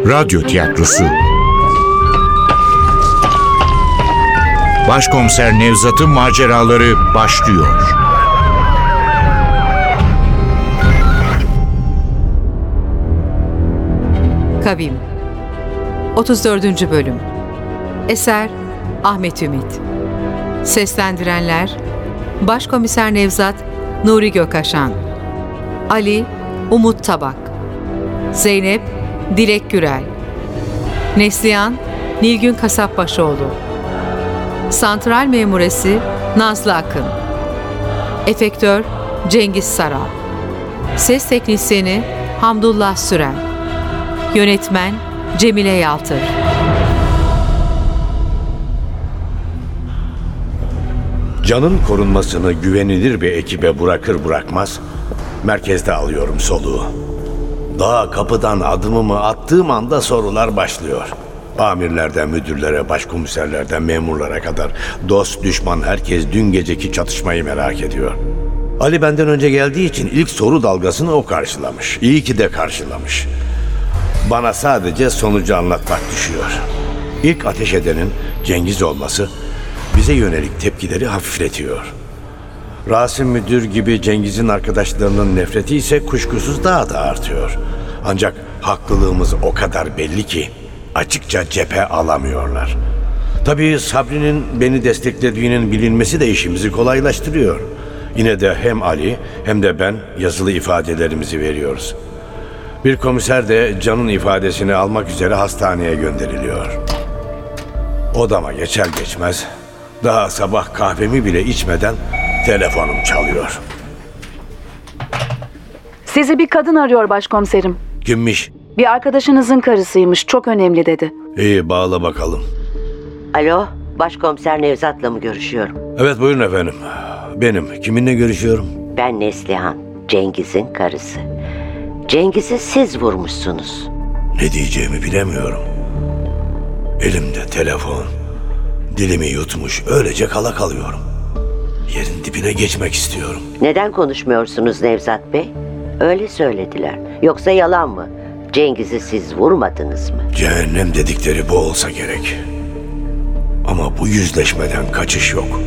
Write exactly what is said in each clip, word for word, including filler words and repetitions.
Radyo tiyatrosu. Başkomiser Nevzat'ın maceraları başlıyor. Kavim otuz dördüncü Bölüm. Eser Ahmet Ümit. Seslendirenler Başkomiser Nevzat Nuri Gökaşan, Ali Umut Tabak, Zeynep Dilek Gürel, Neslihan Nilgün Kasapbaşoğlu, Santral Memuresi Nazlı Akın, Efektör Cengiz Saral, Ses Teknisyeni Hamdullah Süren, Yönetmen Cemile Yaltır. Can'ın korunmasını güvenilir bir ekibe bırakır bırakmaz merkezde alıyorum soluğu. Daha kapıdan adımımı attığım anda sorular başlıyor. Amirlerden müdürlere, başkomiserlerden memurlara kadar dost düşman herkes dün geceki çatışmayı merak ediyor. Ali benden önce geldiği için ilk soru dalgasını o karşılamış. İyi ki de karşılamış. Bana sadece sonucu anlatmak düşüyor. İlk ateş edenin Cengiz olması bize yönelik tepkileri hafifletiyor. Rasim müdür gibi Cengiz'in arkadaşlarının nefreti ise kuşkusuz daha da artıyor. Ancak haklılığımız o kadar belli ki açıkça cephe alamıyorlar. Tabii Sabri'nin beni desteklediğinin bilinmesi de işimizi kolaylaştırıyor. Yine de hem Ali hem de ben yazılı ifadelerimizi veriyoruz. Bir komiser de Can'ın ifadesini almak üzere hastaneye gönderiliyor. Odama geçer geçmez daha sabah kahvemi bile içmeden telefonum çalıyor. Sizi bir kadın arıyor başkomiserim. Kimmiş? Bir arkadaşınızın karısıymış, çok önemli dedi. İyi, bağla bakalım. Alo, Başkomiser Nevzat'la mı görüşüyorum? Evet, buyurun efendim. Benim. Kiminle görüşüyorum? Ben Neslihan, Cengiz'in karısı. Cengiz'i siz vurmuşsunuz. Ne diyeceğimi bilemiyorum. Elimde telefon. Dilimi yutmuş, öylece kala kalıyorum. Yerin dibine geçmek istiyorum. Neden konuşmuyorsunuz Nevzat Bey? Öyle söylediler. Yoksa yalan mı? Cengiz'i siz vurmadınız mı? Cehennem dedikleri bu olsa gerek. Ama bu yüzleşmeden kaçış yok.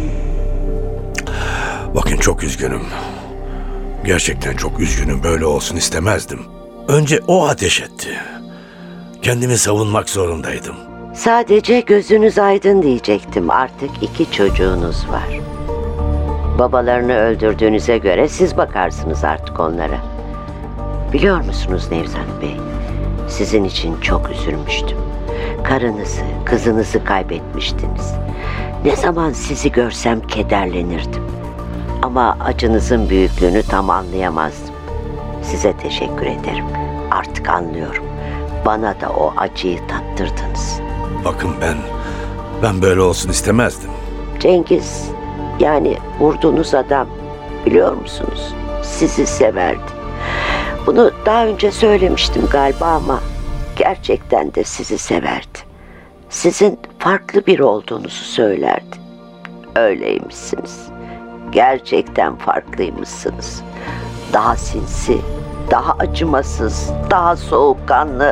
Bakın, çok üzgünüm. Gerçekten çok üzgünüm. Böyle olsun istemezdim. Önce o ateş etti. Kendimi savunmak zorundaydım. Sadece gözünüz aydın diyecektim. Artık iki çocuğunuz var. Babalarını öldürdüğünüze göre siz bakarsınız artık onlara. Biliyor musunuz Nevzat Bey? Sizin için çok üzülmüştüm. Karınızı, kızınızı kaybetmiştiniz. Ne zaman sizi görsem kederlenirdim. Ama acınızın büyüklüğünü tam anlayamazdım. Size teşekkür ederim. Artık anlıyorum. Bana da o acıyı tattırdınız. Bakın ben, ben böyle olsun istemezdim. Cengiz, yani vurduğunuz adam, biliyor musunuz? Sizi severdi. Bunu daha önce söylemiştim galiba ama gerçekten de sizi severdi. Sizin farklı biri olduğunuzu söylerdi. Öyleymişsiniz. Gerçekten farklıymışsınız. Daha sinsi, daha acımasız, daha soğukkanlı.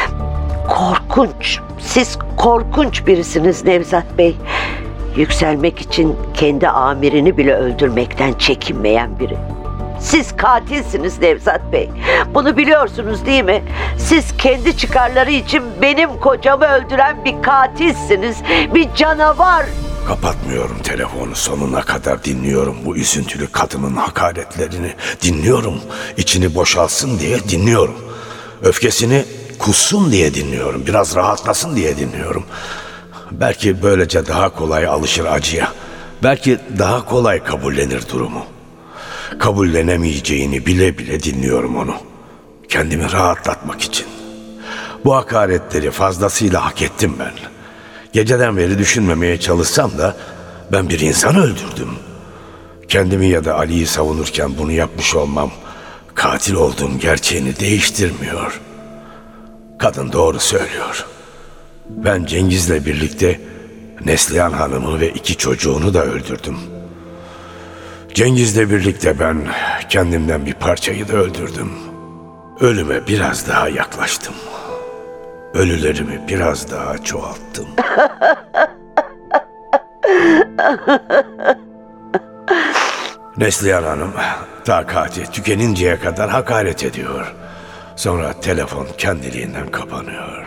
Korkunç, siz korkunç birisiniz Nevzat Bey. Yükselmek için kendi amirini bile öldürmekten çekinmeyen biri. Siz katilsiniz Nevzat Bey. Bunu biliyorsunuz değil mi? Siz kendi çıkarları için benim kocamı öldüren bir katilsiniz. Bir canavar. Kapatmıyorum telefonu, sonuna kadar dinliyorum bu üzüntülü kadının hakaretlerini. Dinliyorum, içini boşalsın diye dinliyorum. Öfkesini kussun diye dinliyorum, biraz rahatlasın diye dinliyorum. Belki böylece daha kolay alışır acıya. Belki daha kolay kabullenir durumu. Kabullenemeyeceğini bile bile dinliyorum onu. Kendimi rahatlatmak için. Bu hakaretleri fazlasıyla hak ettim ben. Geceden beri düşünmemeye çalışsam da ben bir insan öldürdüm. Kendimi ya da Ali'yi savunurken bunu yapmış olmam katil olduğum gerçeğini değiştirmiyor. Kadın doğru söylüyor. Ben Cengiz'le birlikte Neslihan Hanım'ı ve iki çocuğunu da öldürdüm. Cengiz'le birlikte ben kendimden bir parçayı da öldürdüm. Ölüme biraz daha yaklaştım. ölülerimi biraz daha çoğalttım. Neslihan Hanım takati tükeninceye kadar hakaret ediyor. Sonra telefon kendiliğinden kapanıyor.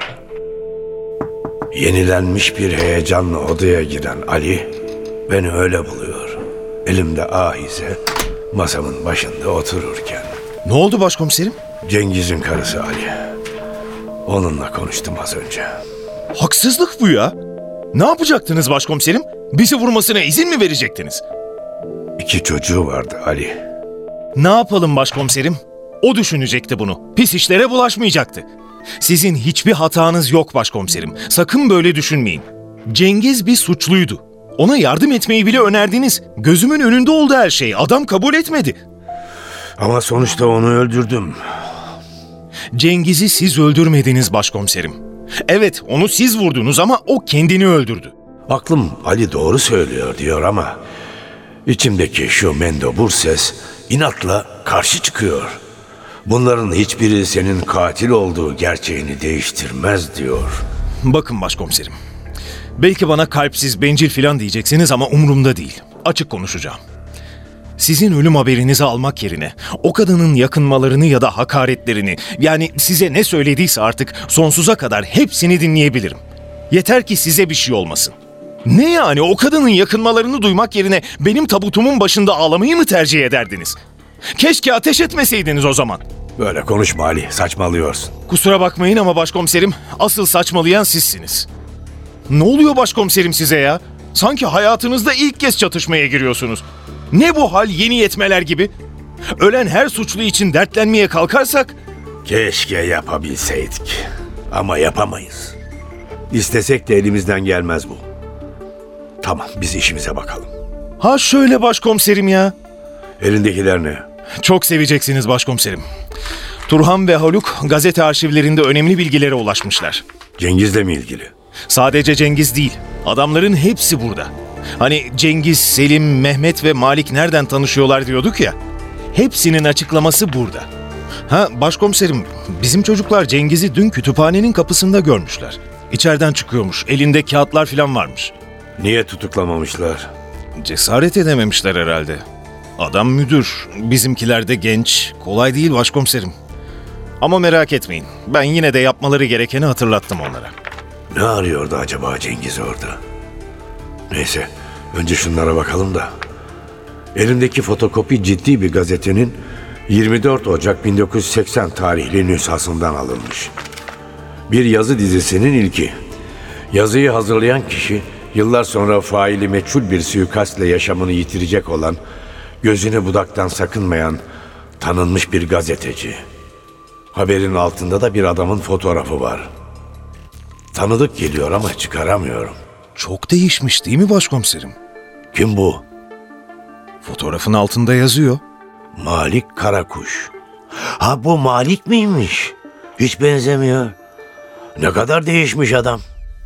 Yenilenmiş bir heyecanla odaya giren Ali beni öyle buluyor. Elimde ahize masamın başında otururken. Ne oldu başkomiserim? Cengiz'in karısı Ali. Onunla konuştum az önce. Haksızlık bu ya. Ne yapacaktınız başkomiserim? Bizi vurmasına izin mi verecektiniz? İki çocuğu vardı Ali. Ne yapalım başkomiserim? O düşünecekti bunu. Pis işlere bulaşmayacaktı. Sizin hiçbir hatanız yok başkomiserim. Sakın böyle düşünmeyin. Cengiz bir suçluydu. Ona yardım etmeyi bile önerdiniz. Gözümün önünde oldu her şey. Adam kabul etmedi. Ama sonuçta onu öldürdüm. Cengiz'i siz öldürmediniz başkomiserim. Evet, onu siz vurdunuz ama o kendini öldürdü. Aklım Ali doğru söylüyor diyor ama içimdeki şu mendobur ses inatla karşı çıkıyor. Bunların hiçbiri senin katil olduğu gerçeğini değiştirmez diyor. Bakın başkomiserim. Belki bana kalpsiz, bencil filan diyeceksiniz ama umurumda değil. Açık konuşacağım. Sizin ölüm haberinizi almak yerine o kadının yakınmalarını ya da hakaretlerini, yani size ne söylediyse artık sonsuza kadar hepsini dinleyebilirim. Yeter ki size bir şey olmasın. Ne yani, o kadının yakınmalarını duymak yerine benim tabutumun başında ağlamayı mı tercih ederdiniz? Keşke ateş etmeseydiniz o zaman. Böyle konuşma Ali, saçmalıyorsun. Kusura bakmayın ama başkomiserim, asıl saçmalayan sizsiniz. Ne oluyor başkomiserim size ya? Sanki hayatınızda ilk kez çatışmaya giriyorsunuz. Ne bu hal, yeni yetmeler gibi? Ölen her suçlu için dertlenmeye kalkarsak... Keşke yapabilseydik. Ama yapamayız. İstesek de elimizden gelmez bu. Tamam, biz işimize bakalım. Ha şöyle başkomiserim ya. Elindekiler ne? Çok seveceksiniz başkomiserim. Turhan ve Haluk gazete arşivlerinde önemli bilgilere ulaşmışlar. Cengiz'le mi ilgili? Sadece Cengiz değil, adamların hepsi burada. Hani Cengiz, Selim, Mehmet ve Malik nereden tanışıyorlar diyorduk ya. Hepsinin açıklaması burada. Ha başkomiserim, bizim çocuklar Cengiz'i dün kütüphanenin kapısında görmüşler. İçeriden çıkıyormuş, elinde kağıtlar falan varmış. Niye tutuklamamışlar? Cesaret edememişler herhalde. Adam müdür, bizimkiler de genç. Kolay değil başkomiserim. Ama merak etmeyin, ben yine de yapmaları gerekeni hatırlattım onlara. Ne arıyordu acaba Cengiz orada? Neyse, önce şunlara bakalım da. Elimdeki fotokopi ciddi bir gazetenin yirmi dört Ocak bin dokuz yüz seksen tarihli nüshasından alınmış. Bir yazı dizisinin ilki. Yazıyı hazırlayan kişi, yıllar sonra faili meçhul bir suikastle yaşamını yitirecek olan, gözünü budaktan sakınmayan, tanınmış bir gazeteci. Haberin altında da bir adamın fotoğrafı var. Tanıdık geliyor ama çıkaramıyorum. Çok değişmiş değil mi başkomiserim? Kim bu? Fotoğrafın altında yazıyor. Malik Karakuş. Ha, bu Malik miymiş? Hiç benzemiyor. Ne kadar değişmiş adam.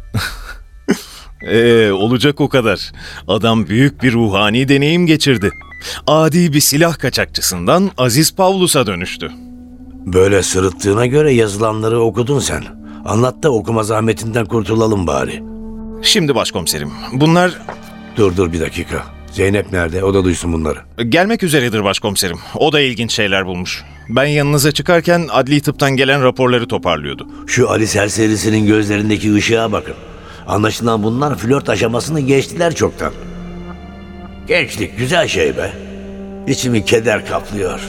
Ee, olacak o kadar. Adam büyük bir ruhani deneyim geçirdi. Adi bir silah kaçakçısından Aziz Pavlus'a dönüştü. Böyle sırıttığına göre yazılanları okudun sen. Anlat da okuma zahmetinden kurtulalım bari. Şimdi başkomiserim, bunlar... Dur dur bir dakika. Zeynep nerede? O da duysun bunları. Gelmek üzeredir başkomiserim. O da ilginç şeyler bulmuş. Ben yanınıza çıkarken adli tıptan gelen raporları toparlıyordu. Şu Ali serserisinin gözlerindeki ışığa bakın. Anlaşılan bunlar flört aşamasını geçtiler çoktan. Gençlik güzel şey be. İçimi keder kaplıyor.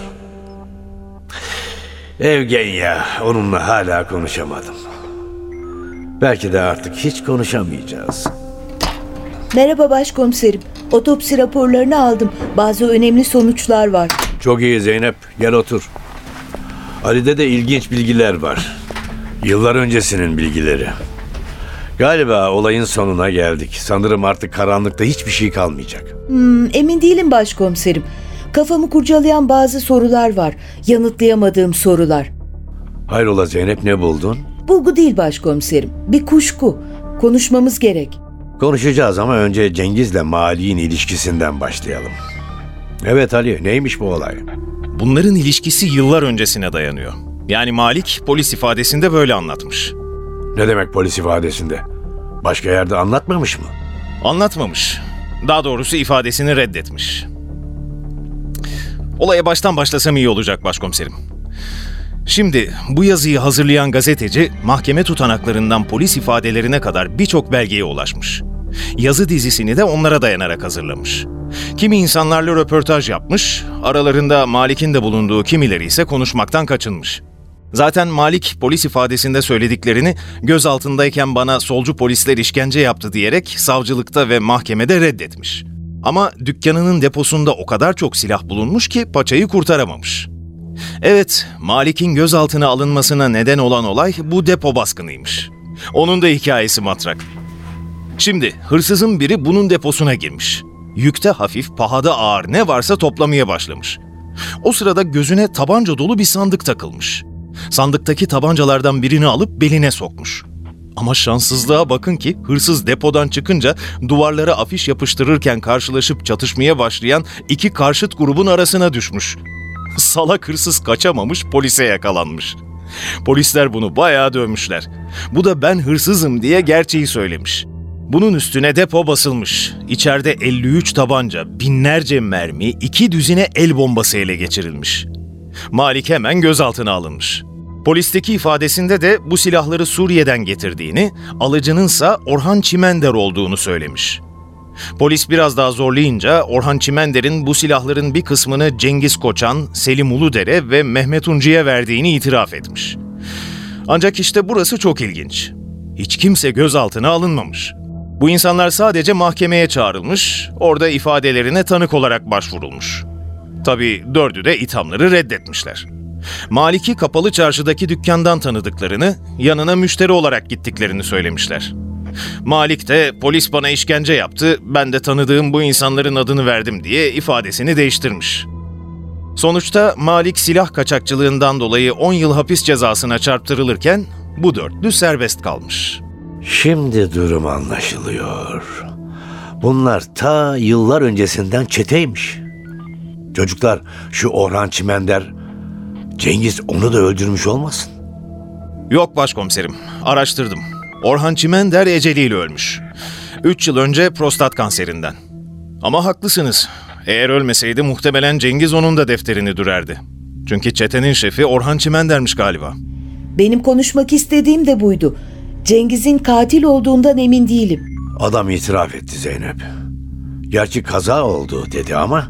Evgenya, onunla hala konuşamadım. Belki de artık hiç konuşamayacağız. Merhaba başkomiserim. Otopsi raporlarını aldım. Bazı önemli sonuçlar var. Çok iyi Zeynep, gel otur. Ali'de de ilginç bilgiler var. Yıllar öncesinin bilgileri. Galiba olayın sonuna geldik. Sanırım artık karanlıkta hiçbir şey kalmayacak. Hmm, emin değilim başkomiserim. Kafamı kurcalayan bazı sorular var. Yanıtlayamadığım sorular. Hayrola Zeynep, ne buldun? Bulgu değil başkomiserim. Bir kuşku. Konuşmamız gerek. Konuşacağız ama önce Cengiz'le Malik'in ilişkisinden başlayalım. Evet Ali, neymiş bu olay? Bunların ilişkisi yıllar öncesine dayanıyor. Yani Malik polis ifadesinde böyle anlatmış. Ne demek polis ifadesinde? Başka yerde anlatmamış mı? Anlatmamış. Daha doğrusu ifadesini reddetmiş. Olaya baştan başlasam iyi olacak başkomiserim. Şimdi bu yazıyı hazırlayan gazeteci mahkeme tutanaklarından polis ifadelerine kadar birçok belgeye ulaşmış. Yazı dizisini de onlara dayanarak hazırlamış. Kimi insanlarla röportaj yapmış, aralarında Malik'in de bulunduğu kimileri ise konuşmaktan kaçınmış. Zaten Malik polis ifadesinde söylediklerini gözaltındayken bana solcu polisler işkence yaptı diyerek savcılıkta ve mahkemede reddetmiş. Ama dükkanının deposunda o kadar çok silah bulunmuş ki paçayı kurtaramamış. Evet, Malik'in gözaltına alınmasına neden olan olay bu depo baskınıymış. Onun da hikayesi matrak. Şimdi hırsızın biri bunun deposuna girmiş. Yükte hafif, pahada ağır ne varsa toplamaya başlamış. O sırada gözüne tabanca dolu bir sandık takılmış. Sandıktaki tabancalardan birini alıp beline sokmuş. Ama şanssızlığa bakın ki hırsız depodan çıkınca duvarlara afiş yapıştırırken karşılaşıp çatışmaya başlayan iki karşıt grubun arasına düşmüş. Salak hırsız kaçamamış, polise yakalanmış. Polisler bunu bayağı dövmüşler. Bu da ben hırsızım diye gerçeği söylemiş. Bunun üstüne depo basılmış. İçeride elli üç tabanca, binlerce mermi, iki düzine el bombası ele geçirilmiş. Malik hemen gözaltına alınmış. Polisteki ifadesinde de bu silahları Suriye'den getirdiğini, alıcınınsa Orhan Çimender olduğunu söylemiş. Polis biraz daha zorlayınca Orhan Çimender'in bu silahların bir kısmını Cengiz Koçan, Selim Uludere ve Mehmet Uncu'ya verdiğini itiraf etmiş. Ancak işte burası çok ilginç. Hiç kimse gözaltına alınmamış. Bu insanlar sadece mahkemeye çağrılmış, orada ifadelerine tanık olarak başvurulmuş. Tabii dördü de ithamları reddetmişler. Malik'i kapalı çarşıdaki dükkandan tanıdıklarını, yanına müşteri olarak gittiklerini söylemişler. Malik de polis bana işkence yaptı, ben de tanıdığım bu insanların adını verdim diye ifadesini değiştirmiş. Sonuçta Malik silah kaçakçılığından dolayı on yıl hapis cezasına çarptırılırken bu dörtlü serbest kalmış. Şimdi durum anlaşılıyor. Bunlar ta yıllar öncesinden çeteymiş. Çocuklar, şu Orhan Çimender, Cengiz onu da öldürmüş olmasın? Yok başkomiserim, araştırdım. Orhan Çimender eceliyle ölmüş. Üç yıl önce prostat kanserinden. Ama haklısınız. Eğer ölmeseydi muhtemelen Cengiz onun da defterini dürerdi. Çünkü çetenin şefi Orhan Çimender'miş galiba. Benim konuşmak istediğim de buydu. Cengiz'in katil olduğundan emin değilim. Adam itiraf etti Zeynep. Gerçi kaza oldu dedi ama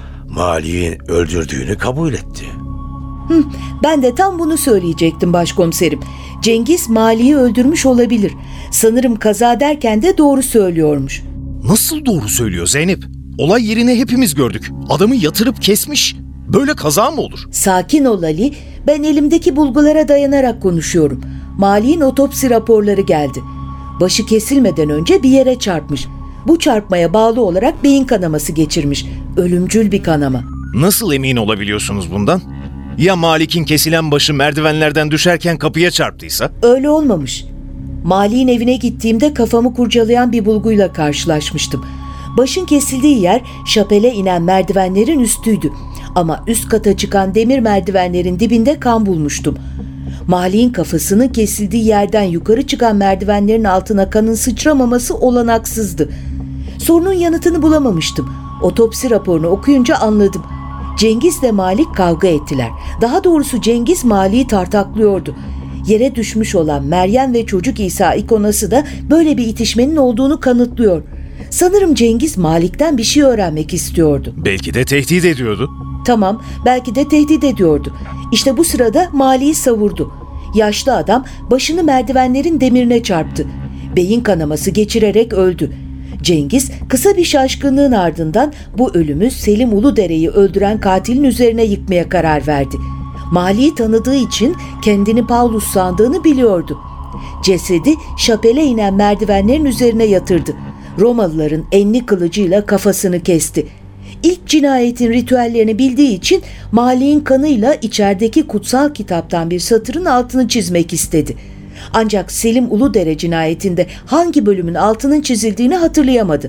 Malik'i öldürdüğünü kabul etti. Hı, ben de tam bunu söyleyecektim başkomiserim. Cengiz Malik'i öldürmüş olabilir. Sanırım kaza derken de doğru söylüyormuş. Nasıl doğru söylüyor Zeynep? Olay yerine hepimiz gördük. Adamı yatırıp kesmiş. Böyle kaza mı olur? Sakin ol Ali. Ben elimdeki bulgulara dayanarak konuşuyorum. Malik'in otopsi raporları geldi. Başı kesilmeden önce bir yere çarpmış. Bu çarpmaya bağlı olarak beyin kanaması geçirmiş. Ölümcül bir kanama. Nasıl emin olabiliyorsunuz bundan? Ya Malik'in kesilen başı merdivenlerden düşerken kapıya çarptıysa? Öyle olmamış. Malik'in evine gittiğimde kafamı kurcalayan bir bulguyla karşılaşmıştım. Başın kesildiği yer şapele inen merdivenlerin üstüydü. Ama üst kata çıkan demir merdivenlerin dibinde kan bulmuştum. Malik'in kafasının kesildiği yerden yukarı çıkan merdivenlerin altına kanın sıçramaması olanaksızdı. Sorunun yanıtını bulamamıştım. Otopsi raporunu okuyunca anladım. Cengiz'le Malik kavga ettiler. Daha doğrusu Cengiz Malik'i tartaklıyordu. Yere düşmüş olan Meryem ve Çocuk İsa ikonası da böyle bir itişmenin olduğunu kanıtlıyor. Sanırım Cengiz Malik'ten bir şey öğrenmek istiyordu. Belki de tehdit ediyordu. Tamam, belki de tehdit ediyordu. İşte bu sırada Malik'i savurdu. Yaşlı adam başını merdivenlerin demirine çarptı. Beyin kanaması geçirerek öldü. Cengiz kısa bir şaşkınlığın ardından bu ölümü Selim Uludere'yi öldüren katilin üzerine yıkmaya karar verdi. Malik'i tanıdığı için kendini Paulus sandığını biliyordu. Cesedi şapele inen merdivenlerin üzerine yatırdı. Romalıların enli kılıcıyla kafasını kesti. İlk cinayetin ritüellerini bildiği için Malik'in kanıyla içerideki kutsal kitaptan bir satırın altını çizmek istedi. Ancak Selim Uludere cinayetinde hangi bölümün altının çizildiğini hatırlayamadı.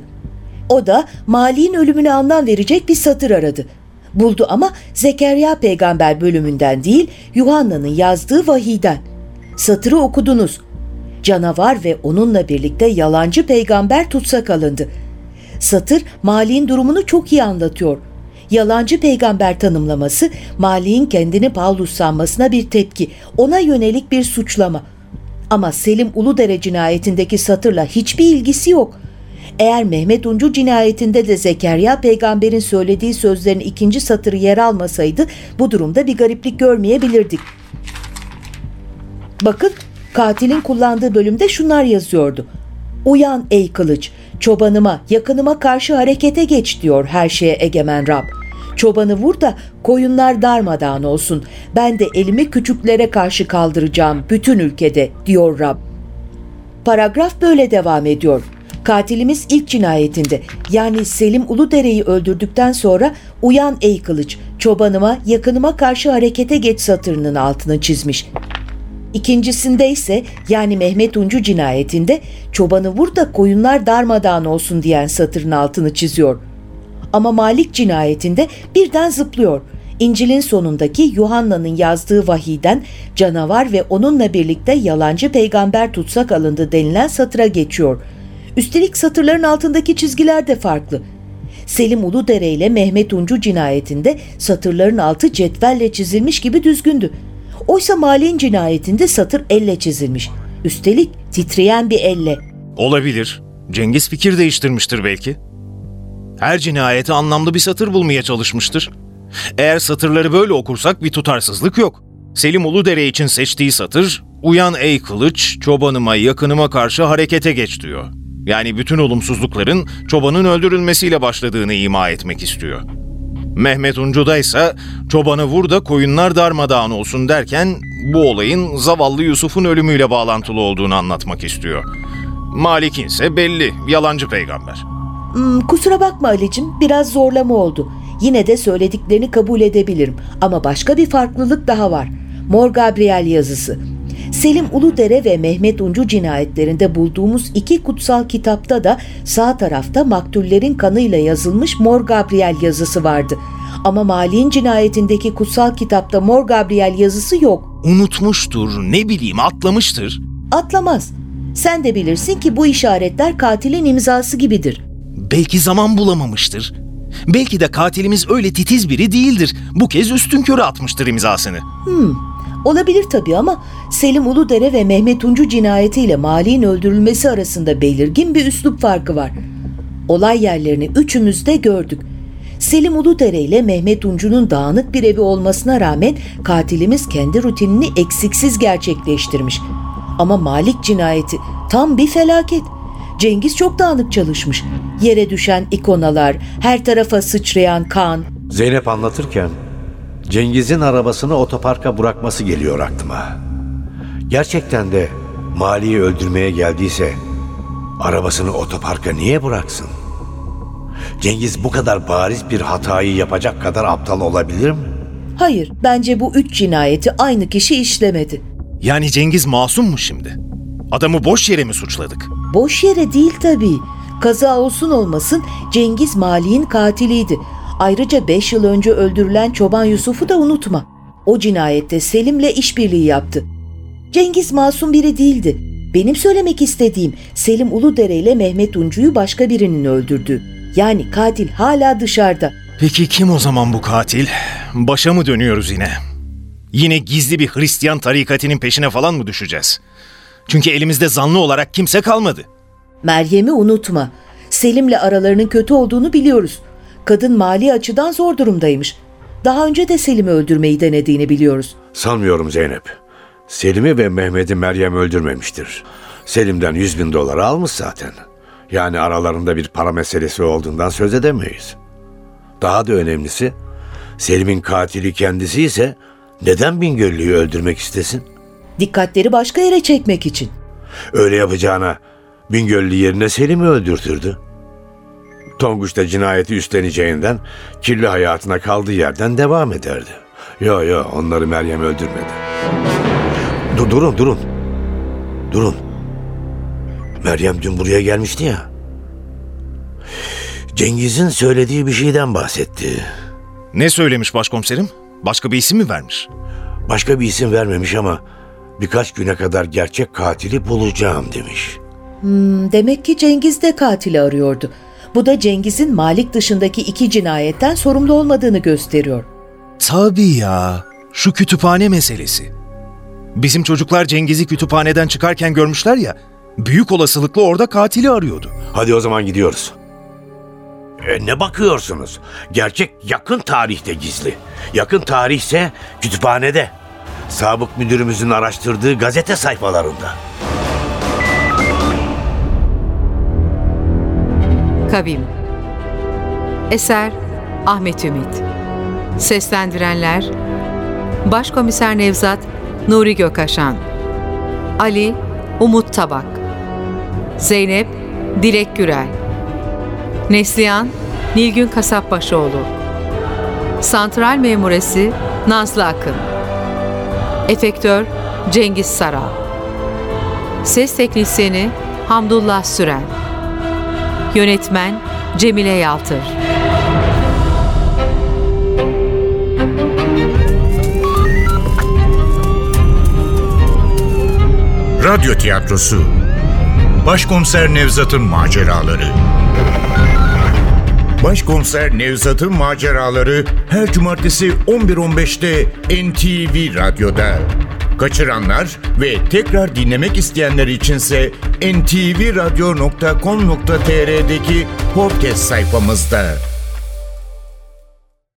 O da Malik'in ölümüne anlam verecek bir satır aradı. Buldu ama Zekeriya peygamber bölümünden değil, Yuhanna'nın yazdığı vahiyden. Satırı okudunuz. Canavar ve onunla birlikte yalancı peygamber tutsak alındı. Satır Malik'in durumunu çok iyi anlatıyor. Yalancı peygamber tanımlaması Malik'in kendini Paulus sanmasına bir tepki, ona yönelik bir suçlama. Ama Selim Uludere cinayetindeki satırla hiçbir ilgisi yok. Eğer Mehmet Uncu cinayetinde de Zekeriya peygamberin söylediği sözlerin ikinci satırı yer almasaydı bu durumda bir gariplik görmeyebilirdik. Bakın, katilin kullandığı bölümde şunlar yazıyordu. Uyan ey kılıç, çobanıma, yakınıma karşı harekete geç diyor her şeye egemen Rab. Çobanı vur da koyunlar darmadağın olsun. Ben de elimi küçüklere karşı kaldıracağım bütün ülkede diyor Rab. Paragraf böyle devam ediyor. Katilimiz ilk cinayetinde yani Selim Uludere'yi öldürdükten sonra uyan ey kılıç, çobanıma, yakınıma karşı harekete geç satırının altını çizmiş. İkincisinde ise yani Mehmet Uncu cinayetinde çobanı vur da koyunlar darmadağın olsun diyen satırın altını çiziyor. Ama Malik cinayetinde birden zıplıyor. İncil'in sonundaki Yuhanna'nın yazdığı vahiyden canavar ve onunla birlikte yalancı peygamber tutsak alındı denilen satıra geçiyor. Üstelik satırların altındaki çizgiler de farklı. Selim Uludere ile Mehmet Uncu cinayetinde satırların altı cetvelle çizilmiş gibi düzgündü. Oysa Malik'in cinayetinde satır elle çizilmiş. Üstelik titreyen bir elle. Olabilir. Cengiz fikir değiştirmiştir belki. Her cinayete anlamlı bir satır bulmaya çalışmıştır. Eğer satırları böyle okursak bir tutarsızlık yok. Selim Uludere için seçtiği satır, uyan ey kılıç, çobanıma, yakınıma karşı harekete geç diyor. Yani bütün olumsuzlukların çobanın öldürülmesiyle başladığını ima etmek istiyor. Mehmet Uncu'da ise çobanı vur da koyunlar darmadağın olsun derken bu olayın zavallı Yusuf'un ölümüyle bağlantılı olduğunu anlatmak istiyor. Malik'in ise belli, yalancı peygamber. Hmm, kusura bakma Ali'cim, biraz zorlama oldu. Yine de söylediklerini kabul edebilirim. Ama başka bir farklılık daha var. Mor Gabriel yazısı. Selim Uludere ve Mehmet Uncu cinayetlerinde bulduğumuz iki kutsal kitapta da sağ tarafta maktullerin kanıyla yazılmış Mor Gabriel yazısı vardı. Ama Malik'in cinayetindeki kutsal kitapta Mor Gabriel yazısı yok. Unutmuştur, ne bileyim atlamıştır. Atlamaz. Sen de bilirsin ki bu işaretler katilin imzası gibidir. Belki zaman bulamamıştır. Belki de katilimiz öyle titiz biri değildir. Bu kez üstünkörü atmıştır imzasını. Hmm, olabilir tabii ama Selim Uludere ve Mehmet Uncu cinayetiyle Malik'in öldürülmesi arasında belirgin bir üslup farkı var. Olay yerlerini üçümüz de gördük. Selim Uludere ile Mehmet Uncu'nun dağınık bir evi olmasına rağmen katilimiz kendi rutinini eksiksiz gerçekleştirmiş. Ama Malik cinayeti tam bir felaket. Cengiz çok dağınık çalışmış. Yere düşen ikonalar, her tarafa sıçrayan kan. Zeynep anlatırken Cengiz'in arabasını otoparka bırakması geliyor aklıma. Gerçekten de Malik'i öldürmeye geldiyse arabasını otoparka niye bıraksın? Cengiz bu kadar bariz bir hatayı yapacak kadar aptal olabilir mi? Hayır, bence bu üç cinayeti aynı kişi işlemedi. Yani Cengiz masum mu şimdi? Adamı boş yere mi suçladık? Boş yere değil tabii. Kaza olsun olmasın Cengiz Malik'in katiliydi. Ayrıca beş yıl önce öldürülen Çoban Yusuf'u da unutma. O cinayette Selim'le işbirliği yaptı. Cengiz masum biri değildi. Benim söylemek istediğim Selim Uludere ile Mehmet Uncu'yu başka birinin öldürdü. Yani katil hala dışarıda. Peki kim o zaman bu katil? Başa mı dönüyoruz yine? Yine gizli bir Hristiyan tarikatinin peşine falan mı düşeceğiz? Çünkü elimizde zanlı olarak kimse kalmadı. Meryem'i unutma. Selim'le aralarının kötü olduğunu biliyoruz. Kadın mali açıdan zor durumdaymış. Daha önce de Selim'i öldürmeyi denediğini biliyoruz. Sanmıyorum Zeynep. Selim'i ve Mehmet'i Meryem öldürmemiştir. Selim'den yüz bin dolar almış zaten. Yani aralarında bir para meselesi olduğundan söz edemeyiz. Daha da önemlisi, Selim'in katili kendisi ise neden Bingöllü'yü öldürmek istesin? Dikkatleri başka yere çekmek için. Öyle yapacağına Bingöllü yerine Selim'i öldürtürdü. Tonguç da cinayeti üstleneceğinden kirli hayatına kaldığı yerden devam ederdi. Yo yo onları Meryem öldürmedi. Dur, durun durun. Durun. Meryem dün buraya gelmişti ya. Cengiz'in söylediği bir şeyden bahsetti. Ne söylemiş başkomiserim? Başka bir isim mi vermiş? Başka bir isim vermemiş ama birkaç güne kadar gerçek katili bulacağım demiş. Hmm, demek ki Cengiz de katili arıyordu. Bu da Cengiz'in Malik dışındaki iki cinayetten sorumlu olmadığını gösteriyor. Tabii ya. Şu kütüphane meselesi. Bizim çocuklar Cengiz'i kütüphaneden çıkarken görmüşler ya. Büyük olasılıkla orada katili arıyordu. Hadi o zaman gidiyoruz. E, ne bakıyorsunuz? Gerçek yakın tarihte gizli. Yakın tarihse kütüphanede. Sabık müdürümüzün araştırdığı gazete sayfalarında. Kavim. Eser Ahmet Ümit. Seslendirenler Başkomiser Nevzat Nuri Gökaşan, Ali Umut Tabak, Zeynep Dilek Gürel, Neslihan Nilgün Kasapbaşoğlu, Santral Memuresi Nazlı Akın, Efektör Cengiz Saral, Ses Teknisyeni Hamdullah Süren, Yönetmen Cemile Yaltır. Radyo tiyatrosu Başkomiser Nevzat'ın maceraları. Başkomiser Nevzat'ın maceraları her cumartesi on bir on beşte N T V Radyo'da. Kaçıranlar ve tekrar dinlemek isteyenler içinse en ti vi radyo nokta com nokta tr''deki podcast sayfamızda.